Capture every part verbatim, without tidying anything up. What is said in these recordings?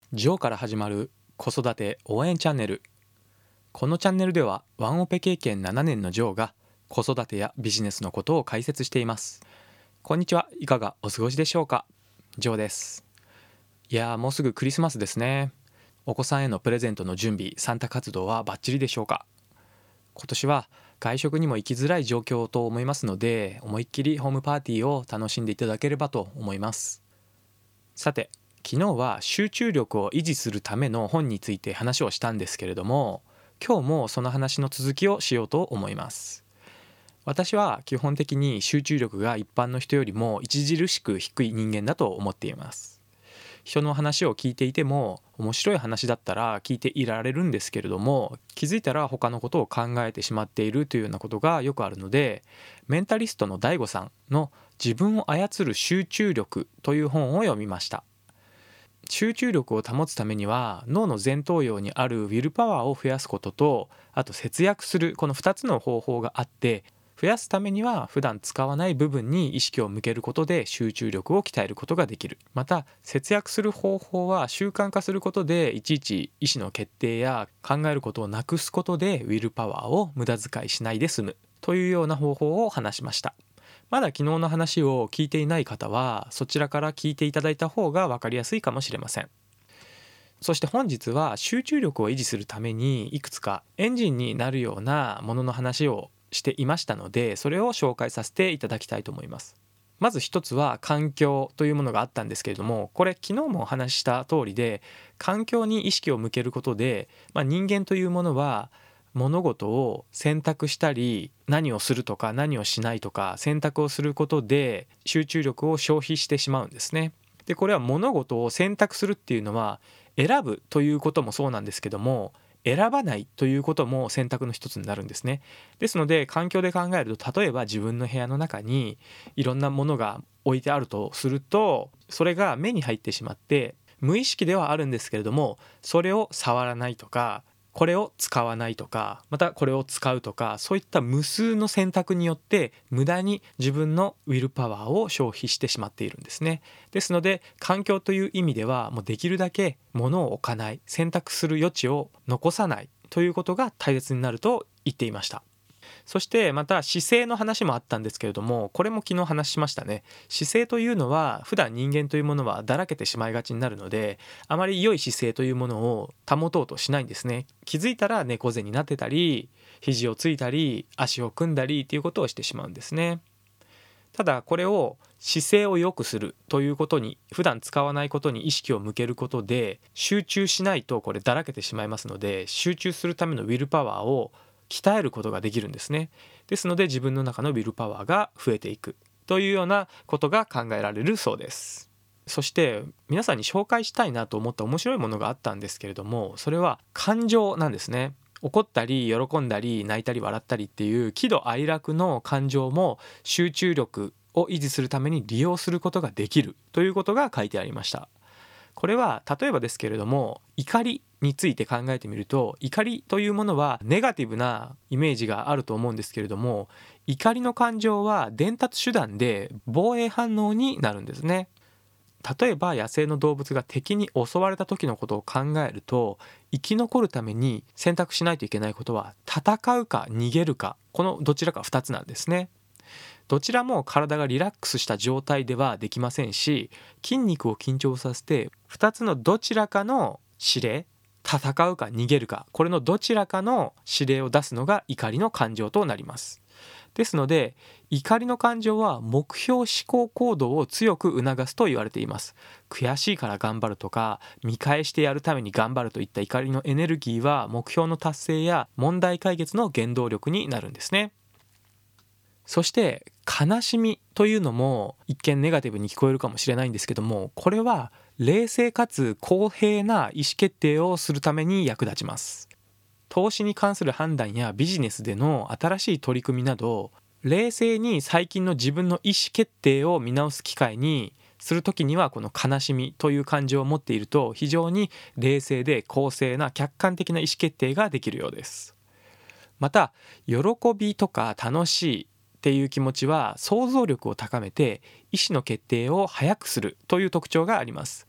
ジョーから始まる子育て応援チャンネル。このチャンネルではワンオペ経験ななねんのジョーが子育てやビジネスのことを解説しています。こんにちは、いかがお過ごしでしょうか。ジョーです。いやーもうすぐクリスマスですね。お子さんへのプレゼントの準備、サンタ活動はバッチリでしょうか。今年は外食にも行きづらい状況と思いますので、思いっきりホームパーティーを楽しんでいただければと思います。さて、昨日は集中力を維持するための本について話をしたんですけれども、今日もその話の続きをしようと思います。私は基本的に集中力が一般の人よりも著しく低い人間だと思っています。人の話を聞いていても面白い話だったら聞いていられるんですけれども、気づいたら他のことを考えてしまっているというようなことがよくあるので、メンタリストの ダイゴ さんの自分を操る集中力という本を読みました。集中力を保つためには脳の前頭葉にあるウィルパワーを増やすことと、あと節約する、このふたつの方法があって、増やすためには普段使わない部分に意識を向けることで集中力を鍛えることができる。また節約する方法は習慣化することで、いちいち意思の決定や考えることをなくすことでウィルパワーを無駄遣いしないで済むというような方法を話しました。まだ昨日の話を聞いていない方はそちらから聞いていただいた方が分かりやすいかもしれません。そして本日は集中力を維持するためにいくつかエンジンになるようなものの話をしていましたので、それを紹介させていただきたいと思います。まず一つは環境というものがあったんですけれども、これ昨日もお話しした通りで、環境に意識を向けることで、まあ、人間というものは物事を選択したり、何をするとか何をしないとか選択をすることで集中力を消費してしまうんですね。でこれは物事を選択するっていうのは、選ぶということもそうなんですけども、選ばないということも選択の一つになるんですね。ですので環境で考えると、例えば自分の部屋の中にいろんなものが置いてあるとすると、それが目に入ってしまって無意識ではあるんですけれども、それを触らないとか、これを使わないとか、またこれを使うとか、そういった無数の選択によって無駄に自分のウィルパワーを消費してしまっているんですね。ですので環境という意味では、もうできるだけ物を置かない、選択する余地を残さないということが大切になると言っていました。そしてまた姿勢の話もあったんですけれども、これも昨日話しましたね。姿勢というのは普段人間というものはだらけてしまいがちになるので、あまり良い姿勢というものを保とうとしないんですね。気づいたら猫背になってたり、肘をついたり足を組んだりということをしてしまうんですね。ただこれを姿勢を良くするということに、普段使わないことに意識を向けることで、集中しないとこれだらけてしまいますので、集中するためのウィルパワーを鍛えることができるんですね。ですので自分の中のウィルパワーが増えていくというようなことが考えられるそうです。そして皆さんに紹介したいなと思った面白いものがあったんですけれども、それは感情なんですね。怒ったり喜んだり泣いたり笑ったりっていう喜怒哀楽の感情も集中力を維持するために利用することができるということが書いてありました。これは例えばですけれども、怒りについて考えてみると、怒りというものはネガティブなイメージがあると思うんですけれども、怒りの感情は伝達手段で防衛反応になるんですね。例えば野生の動物が敵に襲われた時のことを考えると、生き残るために選択しないといけないことは戦うか逃げるか、このどちらかふたつなんですね。どちらも体がリラックスした状態ではできませんし、筋肉を緊張させてふたつのどちらかの指令、戦うか逃げるか、これのどちらかの指令を出すのが怒りの感情となります。ですので怒りの感情は目標思考行動を強く促すと言われています。悔しいから頑張るとか、見返してやるために頑張るといった怒りのエネルギーは目標の達成や問題解決の原動力になるんですね。そして悲しみというのも一見ネガティブに聞こえるかもしれないんですけども、これは冷静かつ公平な意思決定をするために役立ちます。投資に関する判断やビジネスでの新しい取り組みなど、冷静に最近の自分の意思決定を見直す機会にするときには、この悲しみという感情を持っていると非常に冷静で公正な客観的な意思決定ができるようです。また喜びとか楽しいっていう気持ちは想像力を高めて意思の決定を早くするという特徴があります。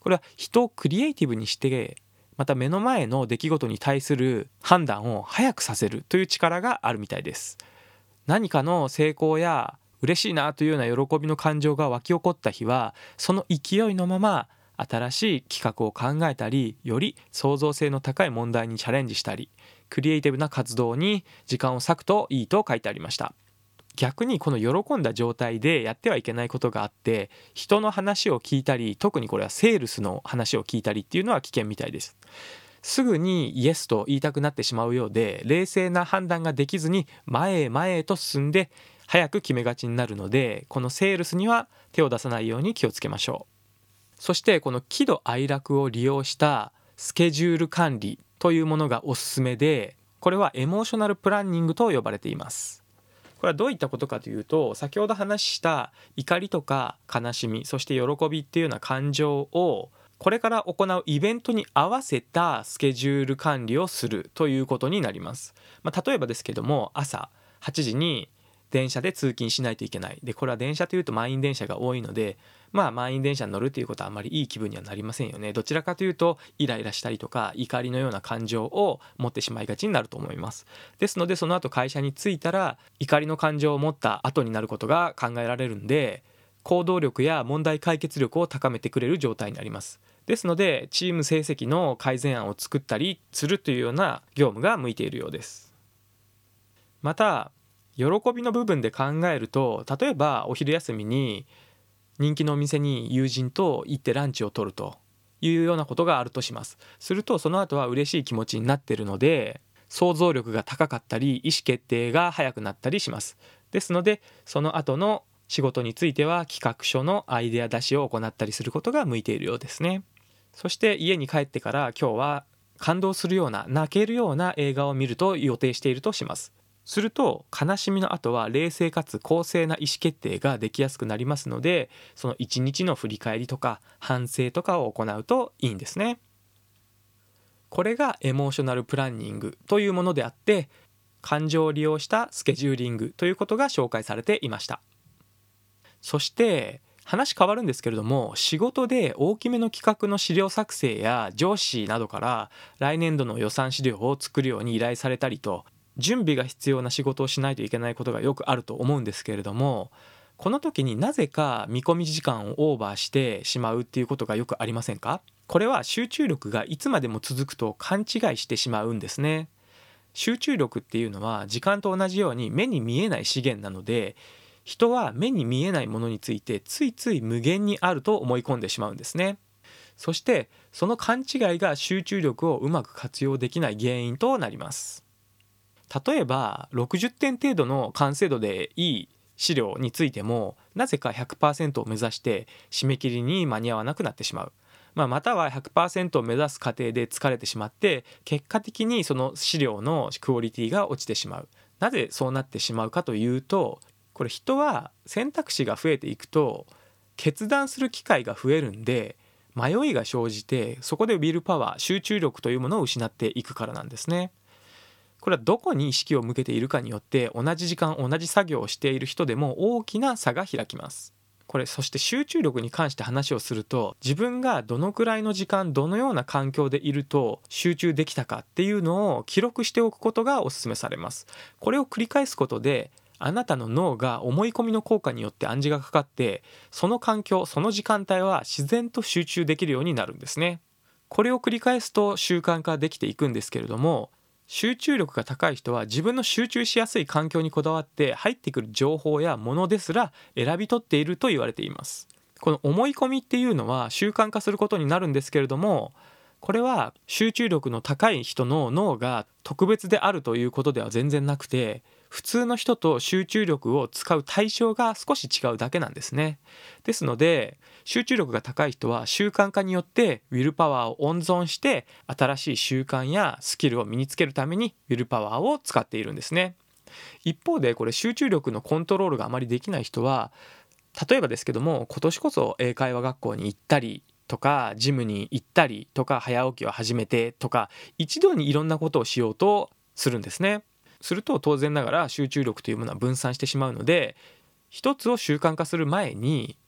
これは人をクリエイティブにして、また目の前の出来事に対する判断を早くさせるという力があるみたいです。何かの成功や嬉しいなというような喜びの感情が湧き起こった日は、その勢いのまま新しい企画を考えたり、より創造性の高い問題にチャレンジしたり、クリエイティブな活動に時間を割くといいと書いてありました。逆にこの喜んだ状態でやってはいけないことがあって、人の話を聞いたり、特にこれはセールスの話を聞いたりっていうのは危険みたいです。すぐにイエスと言いたくなってしまうようで、冷静な判断ができずに前へ前へと進んで早く決めがちになるので、このセールスには手を出さないように気をつけましょう。そしてこの喜怒哀楽を利用したスケジュール管理というものがおすすめで、これはエモーショナルプランニングと呼ばれています。これはどういったことかというと、先ほど話した怒りとか悲しみ、そして喜びっていうような感情をこれから行うイベントに合わせたスケジュール管理をするということになります。まあ、例えばですけども、朝はちじに電車で通勤しないといけない。で、これは電車というと満員電車が多いので、まあ満員電車に乗るということはあまりいい気分にはなりませんよね。どちらかというとイライラしたりとか怒りのような感情を持ってしまいがちになると思います。ですので、その後会社に着いたら怒りの感情を持った後になることが考えられるんで、行動力や問題解決力を高めてくれる状態になります。ですので、チーム成績の改善案を作ったりするというような業務が向いているようです。また、喜びの部分で考えると、例えばお昼休みに人気のお店に友人と行ってランチを取るというようなことがあるとします。するとその後は嬉しい気持ちになっているので、想像力が高かったり意思決定が早くなったりします。ですので、その後の仕事については企画書のアイデア出しを行ったりすることが向いているようですね。そして家に帰ってから今日は感動するような泣けるような映画を見ると予定しているとします。すると悲しみの後は冷静かつ公正な意思決定ができやすくなりますので、その一日の振り返りとか反省とかを行うといいんですね。これがエモーショナルプランニングというものであって、感情を利用したスケジューリングということが紹介されていました。そして話変わるんですけれども、仕事で大きめの企画の資料作成や上司などから来年度の予算資料を作るように依頼されたりと、準備が必要な仕事をしないといけないことがよくあると思うんですけれども、この時になぜか見込み時間をオーバーしてしまうっていうことがよくありませんか？これは集中力がいつまでも続くと勘違いしてしまうんですね。集中力っていうのは時間と同じように目に見えない資源なので、人は目に見えないものについてついつい無限にあると思い込んでしまうんですね。そしてその勘違いが集中力をうまく活用できない原因となります。例えばろくじゅってん程度の完成度でいい資料についても、なぜか ひゃくパーセント を目指して締め切りに間に合わなくなってしまう、まあ、または ひゃくパーセント を目指す過程で疲れてしまって、結果的にその資料のクオリティが落ちてしまう。なぜそうなってしまうかというと、これ人は選択肢が増えていくと決断する機会が増えるんで、迷いが生じて、そこでウィルパワー、集中力というものを失っていくからなんですね。これはどこに意識を向けているかによって、同じ時間同じ作業をしている人でも大きな差が開きます。これそして集中力に関して話をすると、自分がどのくらいの時間どのような環境でいると集中できたかっていうのを記録しておくことがお勧めされます。これを繰り返すことで、あなたの脳が思い込みの効果によって暗示がかかって、その環境その時間帯は自然と集中できるようになるんですね。これを繰り返すと習慣化できていくんですけれども、集中力が高い人は自分の集中しやすい環境にこだわって、入ってくる情報やものですら選び取っていると言われています。この思い込みっていうのは習慣化することになるんですけれども、これは集中力の高い人の脳が特別であるということでは全然なくて、普通の人と集中力を使う対象が少し違うだけなんですね。ですので、集中力が高い人は習慣化によってウィルパワーを温存して、新しい習慣やスキルを身につけるためにウィルパワーを使っているんですね。一方で、これ集中力のコントロールがあまりできない人は、例えばですけども、今年こそ英会話学校に行ったりとか、ジムに行ったりとか、早起きを始めてとか、一度にいろんなことをしようとするんですね。すると当然ながら集中力というものは分散してしまうので、一つを習慣化する前に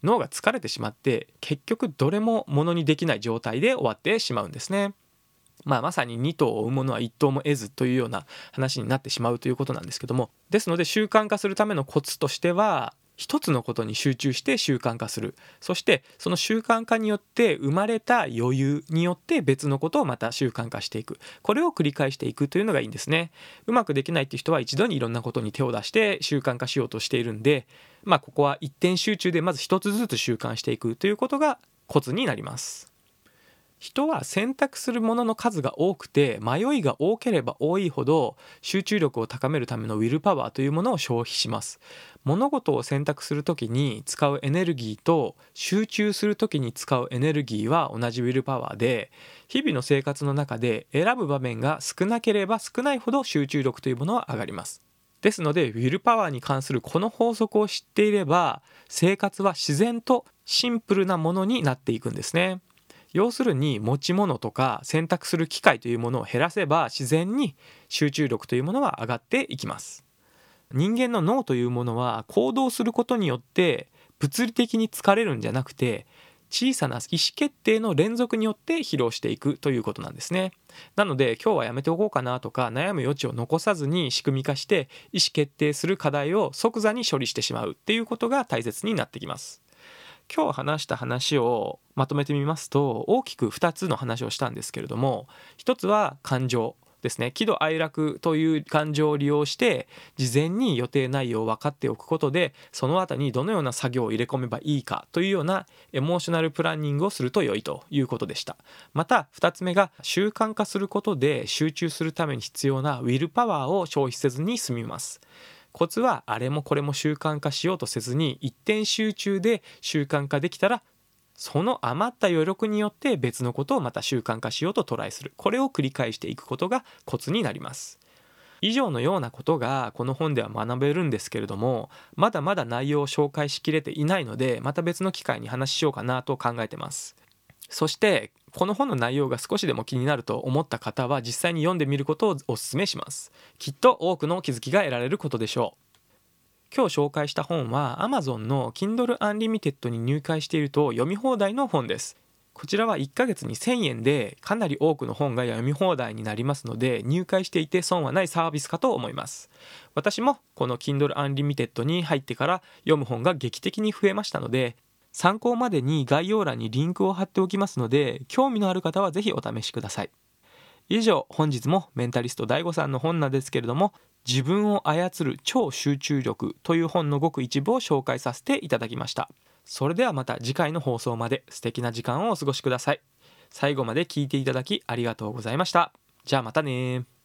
脳が疲れてしまって結局どれもものにできない状態で終わってしまうんですね。まあ、まさにに頭を追うものはいち頭も得ずというような話になってしまうということなんですけども、ですので習慣化するためのコツとしては、一つのことに集中して習慣化する。そしてその習慣化によって生まれた余裕によって別のことをまた習慣化していく。これを繰り返していくというのがいいんですね。うまくできないっていう人は一度にいろんなことに手を出して習慣化しようとしているんで、まあここは一点集中でまず一つずつ習慣していくということがコツになります。人は選択するものの数が多くて迷いが多ければ多いほど集中力を高めるためのウィルパワーというものを消費します。物事を選択するときに使うエネルギーと集中するときに使うエネルギーは同じウィルパワーで、日々の生活の中で選ぶ場面が少なければ少ないほど集中力というものは上がります。ですのでウィルパワーに関するこの法則を知っていれば、生活は自然とシンプルなものになっていくんですね。要するに持ち物とか選択する機会というものを減らせば自然に集中力というものは上がっていきます。人間の脳というものは行動することによって物理的に疲れるんじゃなくて、小さな意思決定の連続によって疲労していくということなんですね。なので今日はやめておこうかなとか悩む余地を残さずに仕組み化して意思決定する課題を即座に処理してしまうっていうことが大切になってきます。今日話した話をまとめてみますと、大きくふたつの話をしたんですけれども、ひとつは感情ですね。喜怒哀楽という感情を利用して事前に予定内容を分かっておくことで、その後にどのような作業を入れ込めばいいかというようなエモーショナルプランニングをすると良いということでした。またふたつめが習慣化することで集中するために必要なウィルパワーを消費せずに済みます。コツはあれもこれも習慣化しようとせずに一点集中で習慣化できたら、その余った余力によって別のことをまた習慣化しようとトライする。これを繰り返していくことがコツになります。以上のようなことがこの本では学べるんですけれども、まだまだ内容を紹介しきれていないので、また別の機会に話ししようかなと考えてます。そしてこの本の内容が少しでも気になると思った方は実際に読んでみることをお勧めします。きっと多くの気づきが得られることでしょう。今日紹介した本は Amazon の Kindle Unlimited に入会していると読み放題の本です。こちらはいっかげつにせんえんでかなり多くの本が読み放題になりますので、入会していて損はないサービスかと思います。私もこの Kindle Unlimited に入ってから読む本が劇的に増えましたので、参考までに概要欄にリンクを貼っておきますので、興味のある方はぜひお試しください。以上、本日もメンタリスト ダイゴ さんの本なんですけれども、自分を操る超集中力という本のごく一部を紹介させていただきました。それではまた次回の放送まで素敵な時間をお過ごしください。最後まで聞いていただきありがとうございました。じゃあまたね。